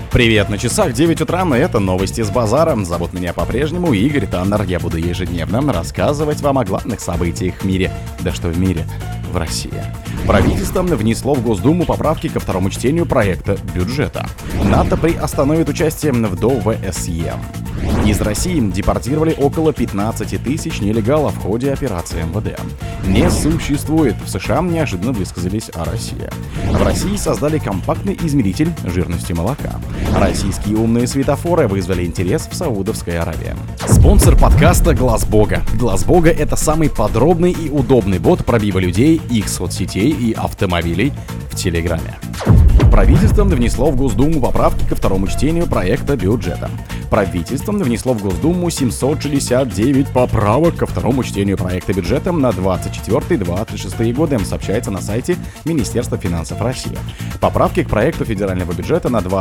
Привет, на часах 9 утра, и это новости с базара. Зовут меня по-прежнему Игорь Таннер. Я буду ежедневно рассказывать вам о главных событиях в мире. Да что в мире? В России. Правительство внесло в Госдуму поправки ко второму чтению проекта бюджета. НАТО приостановит участие в ДОВСЕ. Из России депортировали около 15 тысяч нелегалов в ходе операции МВД. Не существует. В США неожиданно высказались о России. В России создали компактный измеритель жирности молока. Российские умные светофоры вызвали интерес в Саудовской Аравии. Спонсор подкаста Глаз Бога. Глаз Бога — это самый подробный и удобный бот пробива людей, их соцсетей и автомобилей в Телеграме. Правительство внесло в Госдуму поправки ко второму чтению проекта бюджета. Правительство внесло в Госдуму 769 поправок ко второму чтению проекта бюджета на 24-26 годы, сообщается на сайте Министерства финансов России. Поправки к проекту федерального бюджета на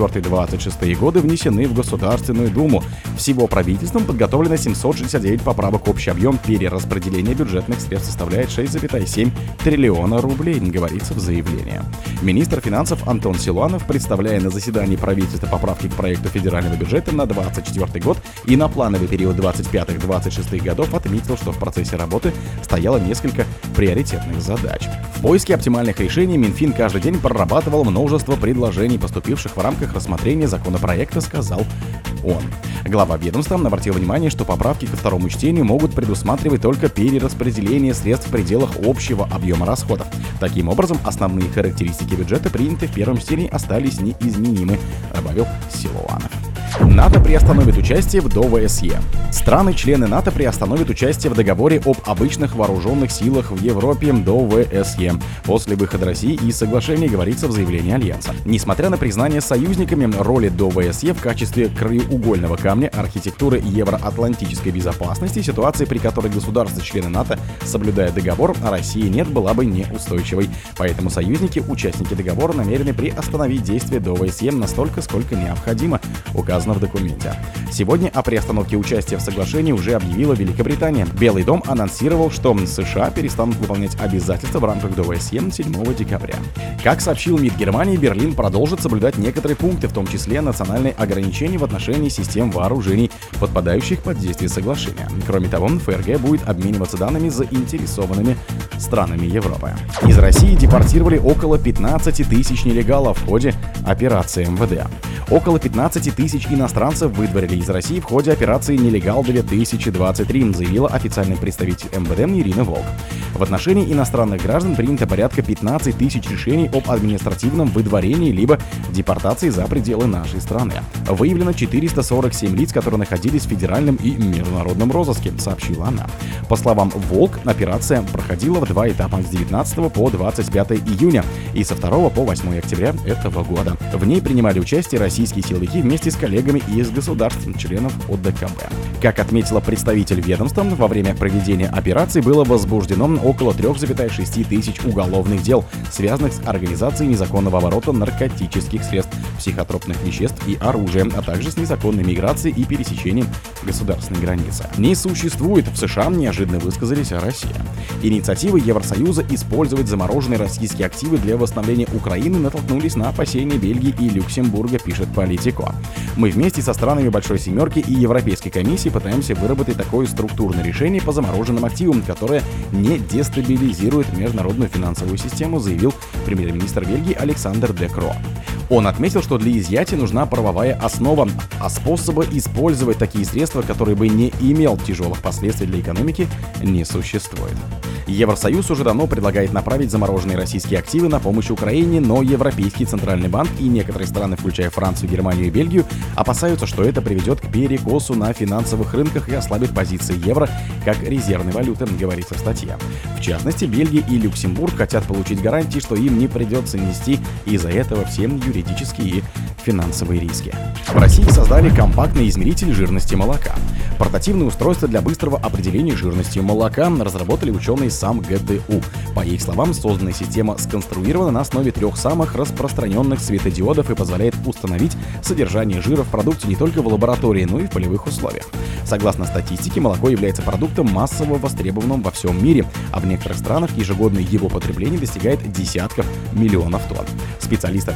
24-26 годы внесены в Государственную Думу. Всего правительством подготовлено 769 поправок. Общий объем перераспределения бюджетных средств составляет 6,7 триллиона рублей, говорится в заявлении. Министр финансов Антон Силуанов, представляя на заседании правительства поправки к проекту федерального бюджета на 2024 год и на плановый период 25-26 годов, отметил, что в процессе работы стояло несколько приоритетных задач. В поиске оптимальных решений Минфин каждый день прорабатывал множество предложений, поступивших в рамках рассмотрения законопроекта, сказал он. Глава ведомства обратил внимание, что поправки ко второму чтению могут предусматривать только перераспределение средств в пределах общего объема расходов. Таким образом, основные характеристики бюджета, принятые в первом чтении, остались неизменимы, добавил Силуанов. НАТО приостановит участие в ДОВСЕ. Страны-члены НАТО приостановят участие в договоре об обычных вооруженных силах в Европе ДОВСЕ после выхода России из соглашения, говорится в заявлении Альянса. Несмотря на признание союзниками роли ДОВСЕ в качестве краеугольного камня архитектуры евроатлантической безопасности, ситуация, при которой государства-члены НАТО соблюдают договор, а России нет, была бы неустойчивой. Поэтому союзники, участники договора, намерены приостановить действие ДОВСЕ настолько, сколько необходимо, указано в документе. Сегодня о приостановке участия в соглашении уже объявила Великобритания. Белый дом анонсировал, что США перестанут выполнять обязательства в рамках ДОВСЕ 7 декабря. Как сообщил МИД Германии, Берлин продолжит соблюдать некоторые пункты, в том числе национальные ограничения в отношении систем вооружений, подпадающих под действие соглашения. Кроме того, ФРГ будет обмениваться данными с заинтересованными странами Европы. Из России депортировали около 15 тысяч нелегалов в ходе операции МВД. Около 15 тысяч иностранцев выдворили из России в ходе операции «Нелегал-2023», заявила официальный представитель МВД Ирина Волк. В отношении иностранных граждан принято порядка 15 тысяч решений об административном выдворении либо депортации за пределы нашей страны. Выявлено 447 лиц, которые находились в федеральном и международном розыске, сообщила она. По словам Волк, операция проходила в два этапа с 19 по 25 июня и со 2 по 8 октября этого года. В ней принимали участие российские силовики вместе с коллегами из государств-членов ОДКБ. Как отметила представитель ведомства, во время проведения операции было возбуждено около 3,6 тысяч уголовных дел, связанных с организацией незаконного оборота наркотических средств, психотропных веществ и оружия, а также с незаконной миграцией и пересечением государственной границы. Не существует. В США неожиданно высказались о России. Инициативы Евросоюза использовать замороженные российские активы для восстановления Украины натолкнулись на опасения Бельгии и Люксембурга, пишет Политико. Мы вместе со странами Большой Семерки и Европейской комиссии пытаемся выработать такое структурное решение по замороженным активам, которое не дестабилизирует международную финансовую систему, заявил премьер-министр Бельгии Александр Де Кроо. Он отметил, что для изъятия нужна правовая основа, а способа использовать такие средства, которые бы не имел тяжелых последствий для экономики, не существует. Евросоюз уже давно предлагает направить замороженные российские активы на помощь Украине, но Европейский центральный банк и некоторые страны, включая Францию, Германию и Бельгию, опасаются, что это приведет к перекосу на финансовых рынках и ослабит позиции евро как резервной валюты, говорится в статье. В частности, Бельгия и Люксембург хотят получить гарантии, что им не придется нести из-за этого все юридические и финансовые риски. В России создали компактный измеритель жирности молока. Портативное устройство для быстрого определения жирности молока разработали ученые САМ-ГТУ. По их словам, созданная система сконструирована на основе 3 самых распространенных светодиодов и позволяет установить содержание жира в продукте не только в лаборатории, но и в полевых условиях. Согласно статистике, молоко является продуктом массово востребованным во всем мире, а в некоторых странах ежегодное его потребление достигает десятков миллионов тонн. Специалисты отмечают, что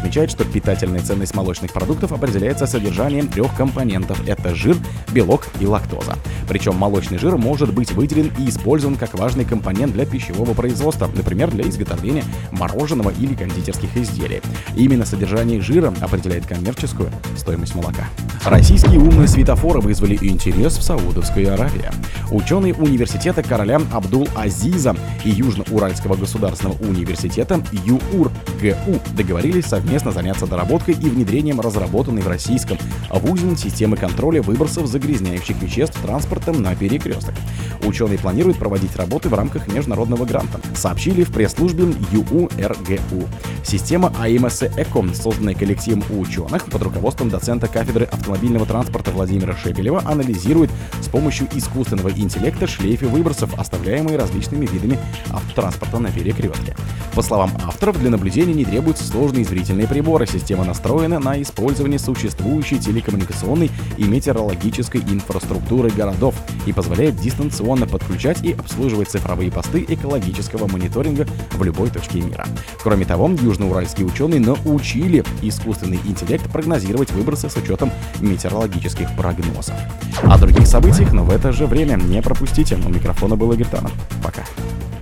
Питательная ценность молочных продуктов определяется содержанием 3 компонентов. Это жир, белок и лактоза. Причем молочный жир может быть выделен и использован как важный компонент для пищевого производства, например, для изготовления мороженого или кондитерских изделий. Именно содержание жира определяет коммерческую стоимость молока. Российские умные светофоры вызвали интерес в Саудовской Аравии. Ученые университета короля Абдул-Азиза и Южно-Уральского государственного университета ЮУР-ГУ договорились совместно заняться доработкой и внедрением разработанной в российском вузе системы контроля выбросов загрязняющих веществ транспортом на перекрестках. Ученые планируют проводить работы в рамках международного гранта, сообщили в пресс-службе ЮУР-ГУ. Система АМС ЭКО, созданная коллективом ученых под руководством доцента кафедры автомобильного транспорта Владимира Шепелева, анализирует с помощью искусственного интеллекта шлейфы выбросов, оставляемые различными видами автотранспорта на перекрестке. По словам авторов, для наблюдения не требуются сложные измерительные приборы. Система настроена на использование существующей телекоммуникационной и метеорологической инфраструктуры городов и позволяет дистанционно подключать и обслуживать цифровые посты экологического мониторинга в любой точке мира. Кроме того, южноуральские ученые научили искусственный интеллект прогнозировать выбросы с учетом метеорологических прогнозов. О других событиях, но в это же время не пропустите. У микрофона был Игорь Таннер. Пока.